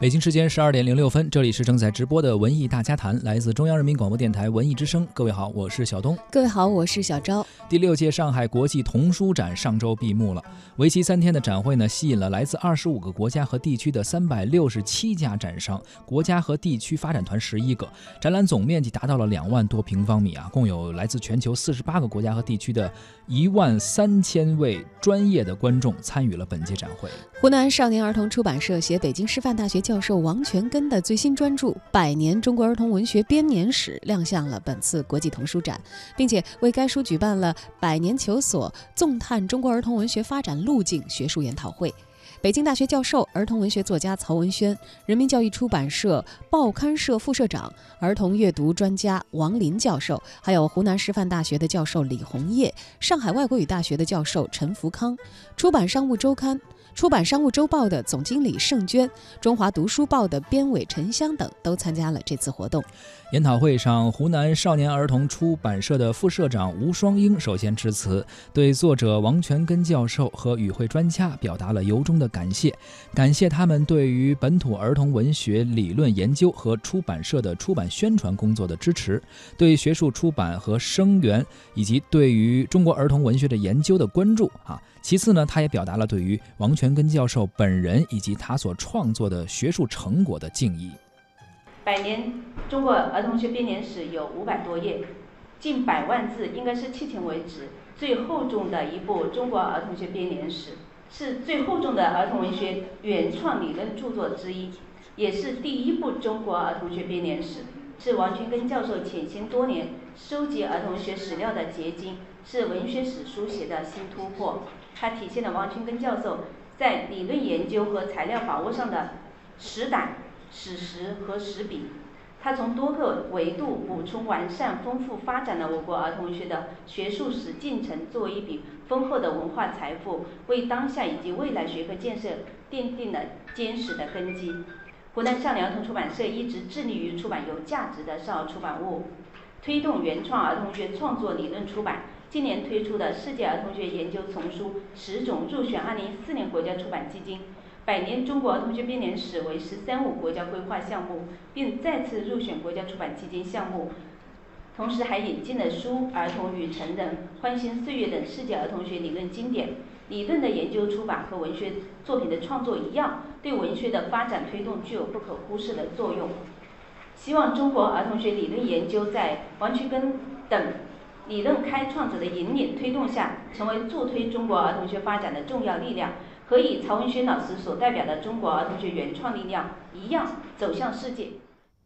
北京时间12:06，这里是正在直播的文艺大家谈，来自中央人民广播电台文艺之声。各位好，我是小东。 各位好，我是小昭。 第6届上海国际童书展上周闭幕了，为期3天的展会呢，吸引了来自25个国家和地区的367家展商，国家和地区发展团11个，展览总面积达到了2万多平方米啊，共有来自全球48个国家和地区的13000位专业的观众参与了本届展会。 湖南少年儿童出版社携北京师范大学教授王全根的最新专著《100年中国儿童文学编年史》亮相了本次国际童书展，并且为该书举办了100年求索纵探中国儿童文学发展路径学术研讨会。北京大学教授、儿童文学作家曹文轩，人民教育出版社报刊社副社长、儿童阅读专家王林教授，还有湖南师范大学的教授李红叶、上海外国语大学的教授陈福康、出版商务周报的总经理盛娟、中华读书报的编委陈香等都参加了这次活动。 研讨会上，湖南少年儿童出版社的副社长吴双英首先致辞，对作者王全根教授和与会专家表达了由衷的感谢他们对于本土儿童文学理论研究和出版社的出版宣传工作的支持，对学术出版和生源以及对于中国儿童文学的研究的关注其次呢，他也表达了对于王全根教授本人以及他所创作的学术成果的敬意。 100年中国儿童学编年史有500多页，近100万字，应该是迄前为止最厚重的一部中国儿童学编年史，是最厚重的儿童文学原创理论著作之一，也是第1部中国儿童学编年史，是王全根教授潜心多年收集儿童文学史料的结晶，是文学史书写的新突破。它体现了王全根教授在理论研究和材料把握上的实胆、史实和实笔。他从多个维度补充、完善、丰富发展了我国儿童文学的学术史进程，作为一笔丰厚的文化财富，为当下以及未来学科建设奠定了坚实的根基。湖南少年儿童出版社一直致力于出版有价值的少儿出版物，推动原创儿童文学创作理论出版。今年推出的世界儿童学研究丛书10种入选2014年国家出版基金，100年中国儿童学编年史为“13+5”国家规划项目，并再次入选国家出版基金项目。同时还引进了《书、儿童与成人》《欢欣岁月》等世界儿童学理论经典。理论的研究出版和文学作品的创作一样，对文学的发展推动具有不可忽视的作用。希望中国儿童学理论研究在王全根等理论开创者的引领推动下，成为助推中国儿童学发展的重要力量，和以曹文轩老师所代表的中国儿童学原创力量一样，走向世界。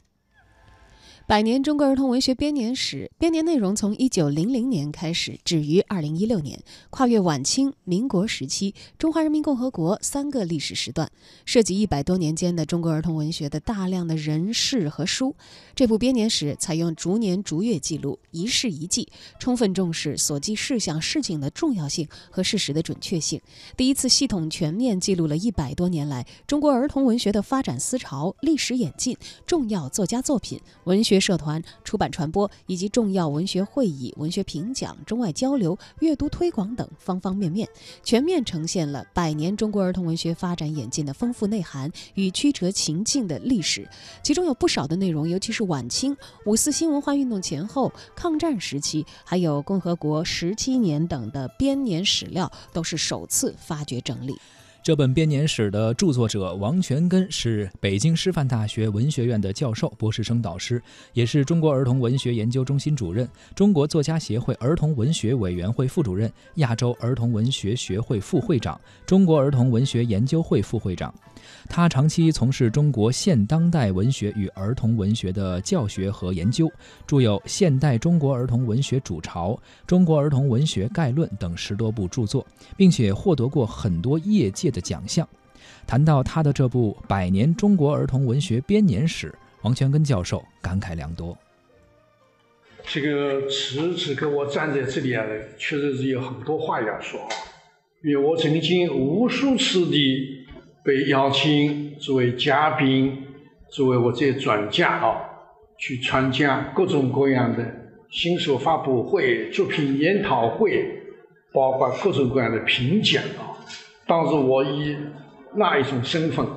100年中国儿童文学编年史编年内容从1900年开始，止于2016年，跨越晚清、民国时期、中华人民共和国3个历史时段，涉及100多年间的中国儿童文学的大量的人事和书。这部编年史采用逐年逐月记录，一事一记，充分重视所记事项事情的重要性和事实的准确性，第一次系统全面记录了100多年来中国儿童文学的发展思潮、历史演进、重要作家作品、文学社团、出版传播以及重要文学会议、文学评奖、中外交流、阅读推广等方方面面，全面呈现了100年中国儿童文学发展演进的丰富内涵与曲折情境的历史。其中有不少的内容，尤其是晚清、5·4新文化运动前后、抗战时期，还有共和国17年等的编年史料，都是首次发掘整理。 这本编年史的著作者王全根是北京师范大学文学院的教授、博士生导师，也是中国儿童文学研究中心主任、中国作家协会儿童文学委员会副主任、亚洲儿童文学学会副会长、中国儿童文学研究会副会长。他长期从事中国现当代文学与儿童文学的教学和研究，著有《现代中国儿童文学主潮》《中国儿童文学概论》等10多部著作，并且获得过很多业界的奖项。谈到他的这部100年中国儿童文学编年史，王全根教授感慨良多。 这个此刻我站在这里确实是有很多话要说因为我曾经无数次地被邀请作为嘉宾，作为我这些专家去参加各种各样的新书发布会、作品研讨会，包括各种各样的评奖当时我以那一种身份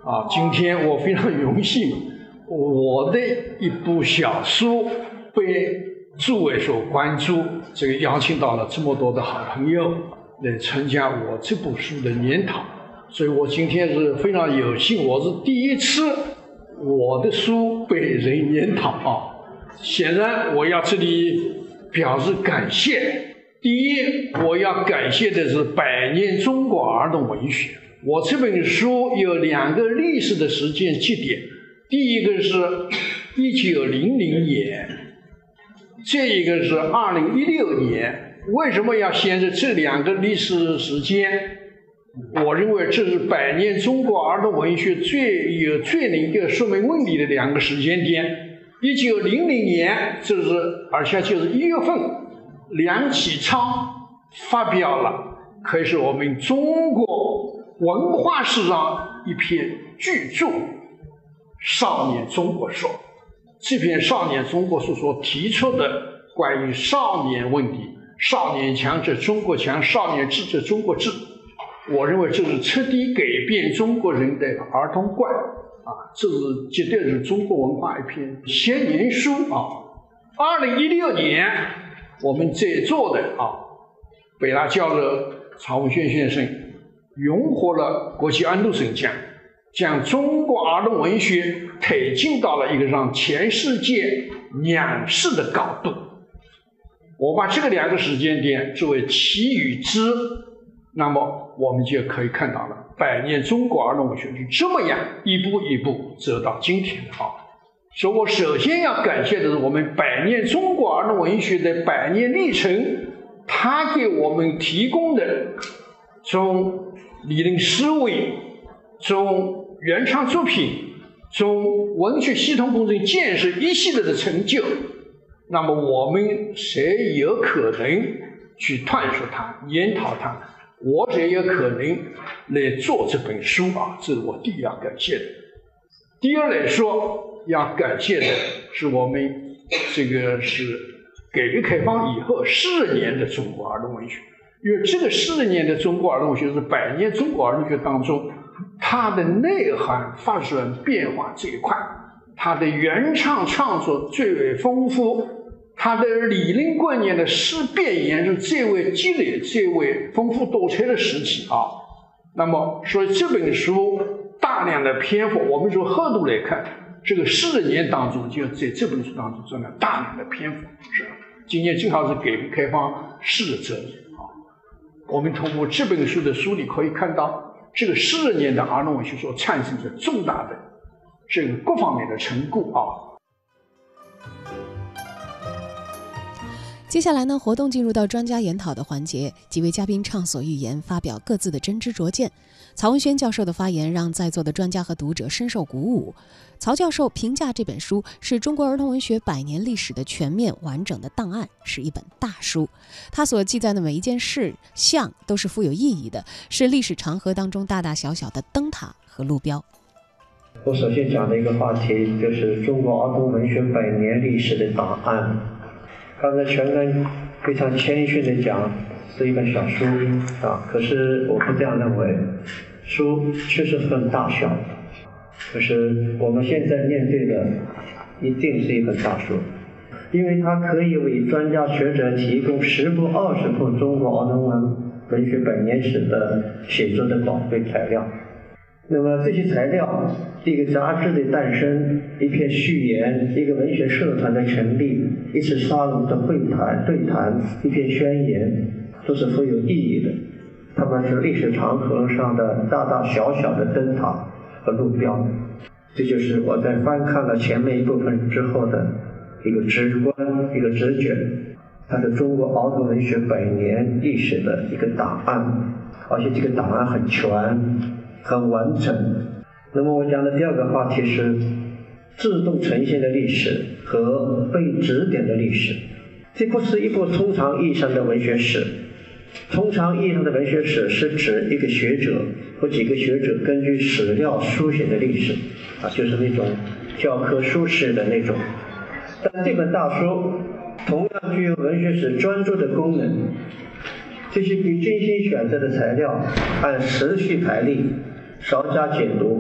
今天我非常荣幸，我的一部小书被诸位所关注，邀请到了这么多的好朋友来参加我这部书的研讨，所以我今天是非常有幸，我是第一次我的书被人研讨显然我要这里表示感谢。第一，我要感谢的是百年中国儿童文学。我这本书有2个历史的时间节点，第一个是1900年，这一个是2016年。为什么要选择这2个历史时间？我认为这是百年中国儿童文学最能够说明问题的2个时间点。1900年，而且就是1月份，梁启超发表了可以是我们中国文化史上一篇巨著《少年中国说》。这篇《少年中国说》所提出的关于少年问题，少年强则中国强，少年智则中国智，我认为这是彻底改变中国人的儿童观这是绝对是中国文化一篇先言书2016年，我们在座的北大教授曹文轩先生荣获了国际安徒生奖，将中国儿童文学推进到了一个让全世界仰视的高度。我把这个2个时间点作为其与之，那么我们就可以看到了百年中国儿童文学是这么样一步一步走到今天的所以我首先要感谢的是我们百年中国儿童文学的100年历程，它给我们提供的从理论思维、从原创作品、从文学系统工程建设一系列的成就，那么我们谁有可能去探索它、研讨它，我谁有可能来做这本书这是我第一要感谢的。第二来说，要感谢的是我们是改革开放以后40年的中国儿童文学，因为这个40年的中国儿童文学是100年中国儿童文学当中它的内涵发展变化这一块，它的原创创作最为丰富，它的理论观念的变研是最为积累、最为丰富多彩的时期那么所以这本书大量的篇幅，我们从厚度来看，这个40年当中就在这本书当中占了大量的篇幅今年正好是改革开放40周年我们通过这本书的梳理可以看到，这个40年的儿童文学所产生的重大的各方面的成果接下来呢，活动进入到专家研讨的环节，几位嘉宾畅所欲言，发表各自的真知灼见。曹文轩教授的发言让在座的专家和读者深受鼓舞。曹教授评价这本书是中国儿童文学100年历史的全面完整的档案，是一本大书。他所记载的每一件事项都是富有意义的，是历史长河当中大大小小的灯塔和路标。 我首先讲的一个话题就是中国儿童文学100年历史的档案。刚才全根非常谦逊地讲是一本小书可是我不这样认为，书确实很大小，就是我们现在面对的一定是一本大书，因为它可以为专家学者提供10部、20部中国儿童文学100年史的写作的宝贵材料。那么这些材料，一个杂志的诞生，一篇序言，一个文学社团的成立，一次沙龙的对谈，一篇宣言，都是富有意义的。它们是历史长河上的大大小小的灯塔和路标。这就是我在翻看了前面一部分之后的一个直观、一个直觉。它是中国儿童文学100年历史的一个档案，而且这个档案很全、很完整。那么我讲的第二个话题是自动呈现的历史和被指点的历史。这不是一部通常意义上的文学史。通常意义上的文学史是指一个学者或几个学者根据史料书写的历史就是那种教科书式的那种。但这本大书同样具有文学史专注的功能。这些被精心选择的材料按时序排列，稍加解读，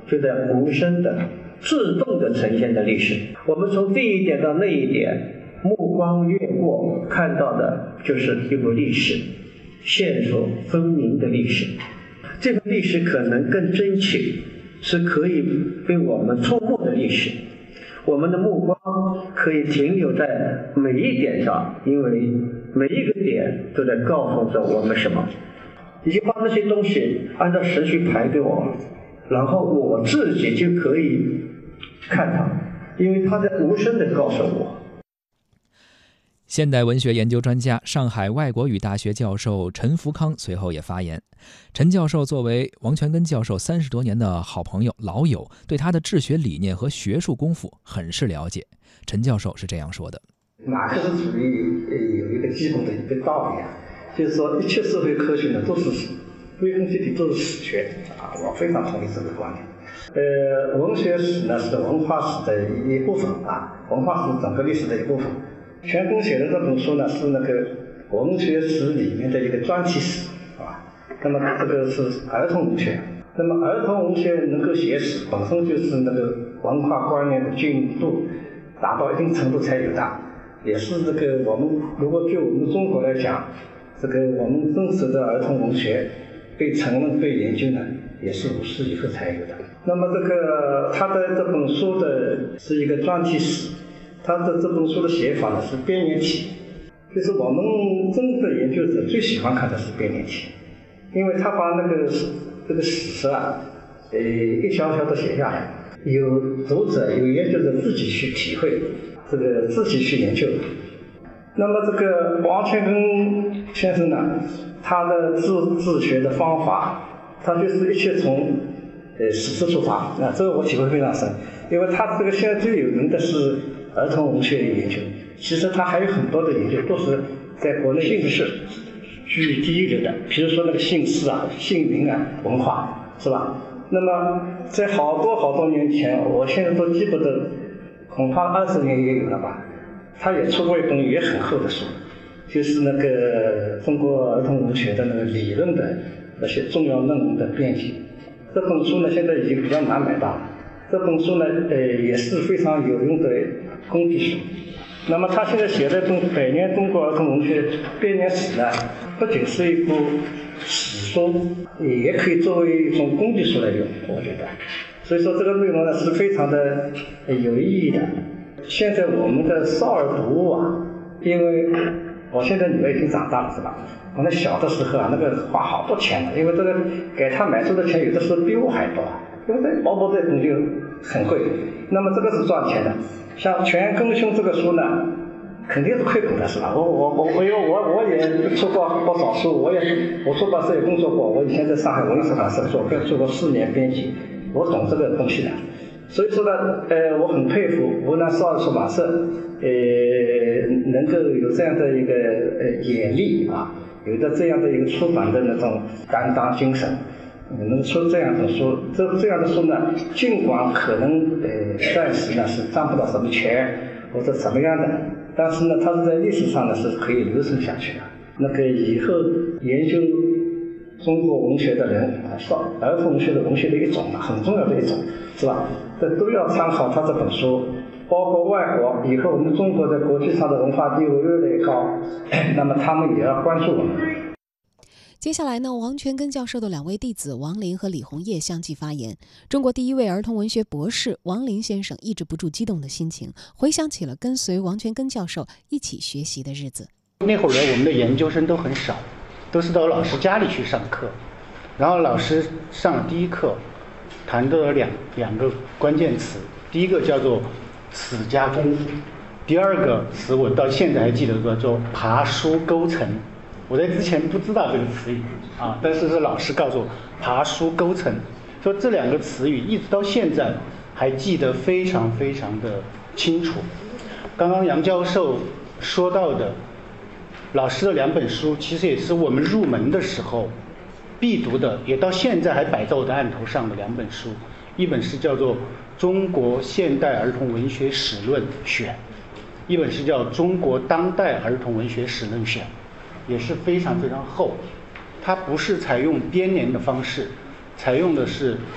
就在无声的、自动的呈现的历史。我们从这一点到那一点，目光越过，看到的就是一部历史，线索分明的历史。这个历史可能更真切，是可以被我们触摸的历史。我们的目光可以停留在每一点上，因为每一个点都在告诉着我们什么。已经把那些东西按照时序排给我，然后我自己就可以看它，因为它在无声地告诉我。 现代文学研究专家、上海外国语大学教授陈福康随后也发言。陈教授作为王全根教授30多年的好朋友、老友，对他的治学理念和学术功夫很是了解。陈教授是这样说的： 马克思主义有一个基本的一个道理啊，就是说一切社会科学呢都是归根结底都是史学啊，我非常同意这个观点。文学史呢是文化史的一部分啊，文化史整个历史的一部分。全根写的这本书呢是那个文学史里面的一个专题史啊，那么这个是儿童文学。那么儿童文学能够写史，本身就是那个文化观念的进度达到一定程度才有的，也是这个我们如果就我们中国来讲，这个我们真实的儿童文学被承认、被研究呢，也是50世以后才有的。那么这个他的这本书的是一个专题史，他的这本书的写法呢是编年体，就是我们真的研究者最喜欢看的是编年体，因为他把这个史实啊，一条条的写下来，有读者、有研究者自己去体会，这个自己去研究。那么这个王全根先生呢，他的治学的方法，他就是一切从史实出发，那这个我体会非常深，因为他这个现在最有名的是儿童文学研究，其实他还有很多的研究都是在国内姓氏居第一流的，比如说那个姓氏啊、姓名啊、文化，是吧？那么在好多年前，我现在都记不得，恐怕20年也有了吧。他也出过一本也很厚的书，就是那个中国儿童文学的那个理论的那些重要论文的编辑。这本书呢，现在已经比较难买到了。这本书呢，也是非常有用的工具书。那么他现在写的这本《100年中国儿童文学编年史》呢，不仅是一部史书，也可以作为一种工具书来用，我觉得。所以说这个内容呢是非常的有意义的。现在我们的少儿读物啊，因为我现在女儿已经长大了，是吧？我那小的时候啊，那个花好多钱了，因为这个给她买书的钱有的时候比我还多，因为薄薄这本就很贵。那么这个是赚钱的。像全根兄这个书呢，肯定是亏本的，是吧？我也出过不少书，我出版社也工作过，我以前在上海文艺出版社做过4年编辑，我懂这个东西的。所以说呢，我很佩服湖南少儿出版社，能够有这样的一个眼力啊，有着这样的一个出版的那种担当精神，能出这样的书。这样的书呢，尽管可能暂时呢是赚不到什么钱或者什么样的，但是呢，它是在历史上呢是可以流传下去的。那个以后研究中国文学的人啊，儿童文学的文学的一种很重要的一种，是吧？这都要参考他这本书，包括外国。以后我们中国在国际上的文化地位越来越高，那么他们也要关注我们。 接下来呢，王全根教授的2位弟子王林和李红叶相继发言。中国第1位儿童文学博士王林先生抑制不住激动的心情，回想起了跟随王全根教授一起学习的日子。 那会儿呢，我们的研究生都很少，都是到老师家里去上课，然后老师上了第一课，谈到了两个关键词，第一个叫做死加功夫，第二个词我到现在还记得，叫做爬书沟层。我在之前不知道这个词语啊，但是老师告诉我爬书沟层，说这2个词语一直到现在还记得非常非常的清楚。刚刚杨教授说到的老师的2本书，其实也是我们入门的时候必读的，也到现在还摆在我的案头上的2本书。一本是叫做《中国现代儿童文学史论选》，一本是叫《中国当代儿童文学史论选》，也是非常非常厚。它不是采用编年的方式，采用的是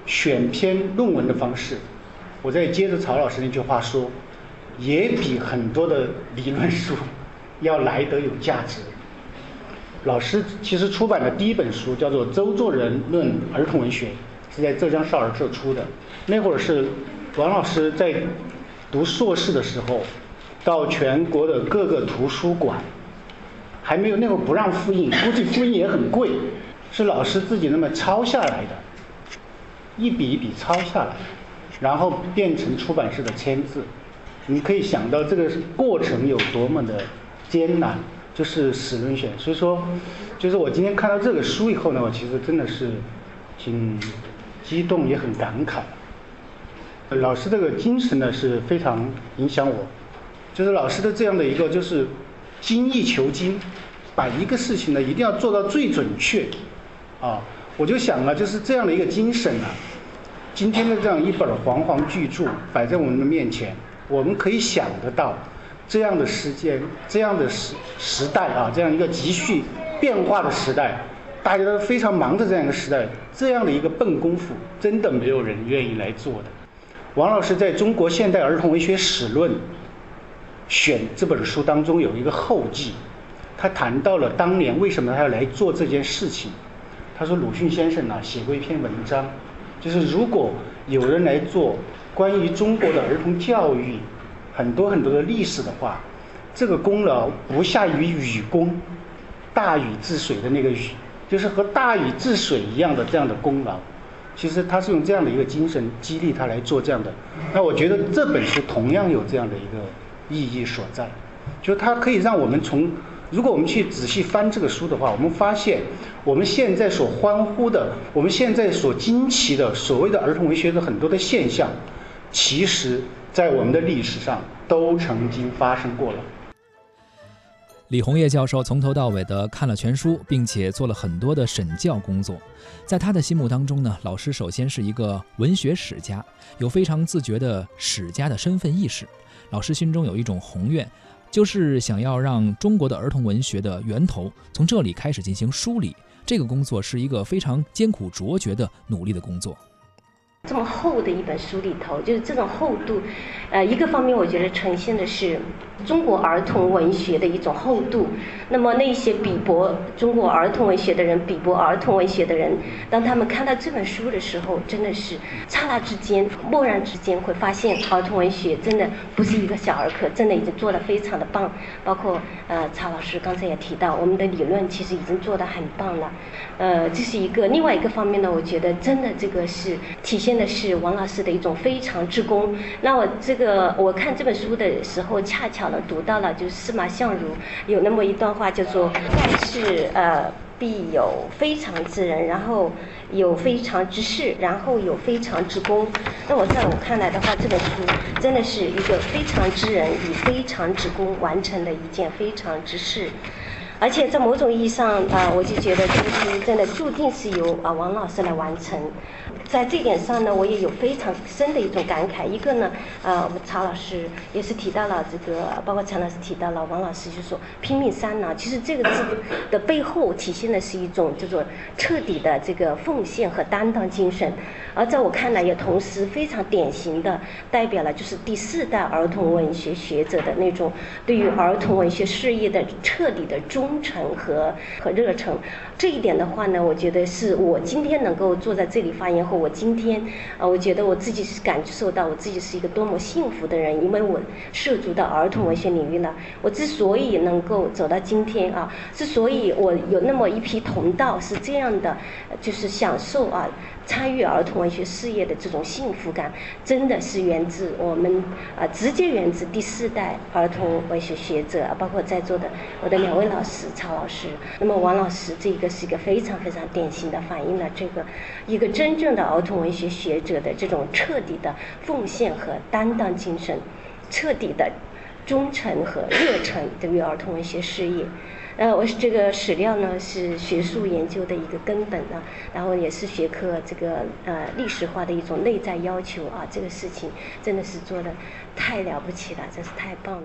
选篇论文的方式，我再接着曹老师那句话说，也比很多的理论书要来得有价值。老师其实出版的第一本书叫做《周作人论儿童文学》，是在浙江少儿社出的。那会儿是王老师在读硕士的时候，到全国的各个图书馆，还没有那会儿不让复印，估计复印也很贵，是老师自己那么抄下来的，一笔一笔抄下来，然后变成出版社的签字。你可以想到这个过程有多么的艰难，就是史论选。所以说，就是我今天看到这个书以后呢，我其实真的是挺激动，也很感慨。老师这个精神呢是非常影响我，就是老师的这样的一个就是精益求精，把一个事情呢一定要做到最准确啊。我就想了，就是这样的一个精神啊，今天的这样一本煌煌巨著摆在我们的面前，我们可以想得到这样的时间，这样的时代啊，这样一个急剧变化的时代，大家都非常忙的这样一个时代，这样的一个笨功夫真的没有人愿意来做的。王老师在中国现代儿童文学史论选这本书当中有一个后记，他谈到了当年为什么他要来做这件事情。他说鲁迅先生写过一篇文章，就是如果有人来做关于中国的儿童教育很多很多的历史的话，这个功劳不下于禹功，大禹治水的那个禹，就是和大禹治水一样的这样的功劳。其实他是用这样的一个精神激励他来做这样的。那我觉得这本书同样有这样的一个意义所在，就是它可以让我们如果我们去仔细翻这个书的话，我们发现我们现在所欢呼的，我们现在所惊奇的所谓的儿童文学的很多的现象，其实在我们的历史上都曾经发生过了。 李洪业教授从头到尾的看了全书，并且做了很多的审校工作。在他的心目当中呢，老师首先是一个文学史家，有非常自觉的史家的身份意识。老师心中有一种宏愿，就是想要让中国的儿童文学的源头从这里开始进行梳理。这个工作是一个非常艰苦卓绝的努力的工作。 这么厚的一本书里头，就是这种厚度，一个方面我觉得呈现的是中国儿童文学的一种厚度。那么那些比驳中国儿童文学的人，比驳儿童文学的人，当他们看到这本书的时候，真的是刹那之间、蓦然之间会发现，儿童文学真的不是一个小儿科，真的已经做得非常的棒。包括曹老师刚才也提到，我们的理论其实已经做得很棒了。这是一个。另外一个方面呢，我觉得真的这个是体现的是王老师的一种非常之功。那我看这本书的时候，恰巧呢读到了就是司马相如有那么一段话，叫做盖世必有非常之人，然后有非常之事，然后有非常之功。那在我看来的话，这本书真的是一个非常之人以非常之功完成的一件非常之事。而且在某种意义上我就觉得这个书真的注定是由王老师来完成。在这点上呢，我也有非常深的一种感慨。一个呢，我们曹老师也是提到了这个，包括陈老师提到了，王老师就说拼命三郎。其实这个字的背后体现的是一种叫做彻底的这个奉献和担当精神。而在我看来，也同时非常典型的代表了就是第4代儿童文学学者的那种对于儿童文学事业的彻底的忠诚和热忱。这一点的话呢，我觉得是我今天能够坐在这里发言后，我今天我觉得我自己是感受到我自己是一个多么幸福的人，因为我涉足到儿童文学领域了。我之所以能够走到今天之所以我有那么一批同道是这样的，就是享受参与儿童文学事业的这种幸福感，真的是源自我们直接源自第4代儿童文学学者，包括在座的我的2位老师曹老师。那么王老师这个是一个非常非常典型的反映了这个一个真正的儿童文学学者的这种彻底的奉献和担当精神，彻底的忠诚和热忱对于儿童文学事业。我这个史料呢是学术研究的一个根本然后也是学科这个历史化的一种内在要求这个事情真的是做得太了不起了，真是太棒了。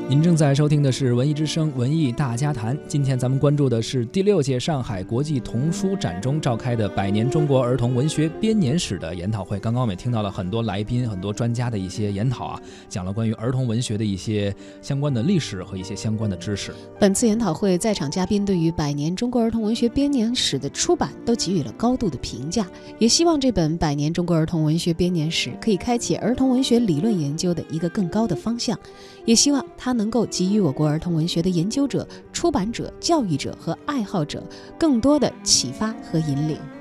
您正在收听的是文艺之声文艺大家谈。今天咱们关注的是第6届上海国际童书展中召开的100年中国儿童文学编年史的研讨会。刚刚我们也听到了很多来宾、很多专家的一些研讨啊，讲了关于儿童文学的一些相关的历史和一些相关的知识。 本次研讨会在场嘉宾对于100年中国儿童文学编年史的出版都给予了高度的评价，也希望这本100年中国儿童文学编年史可以开启儿童文学理论研究的一个更高的方向，也希望它能够给予我国儿童文学的研究者、出版者、教育者和爱好者更多的启发和引领。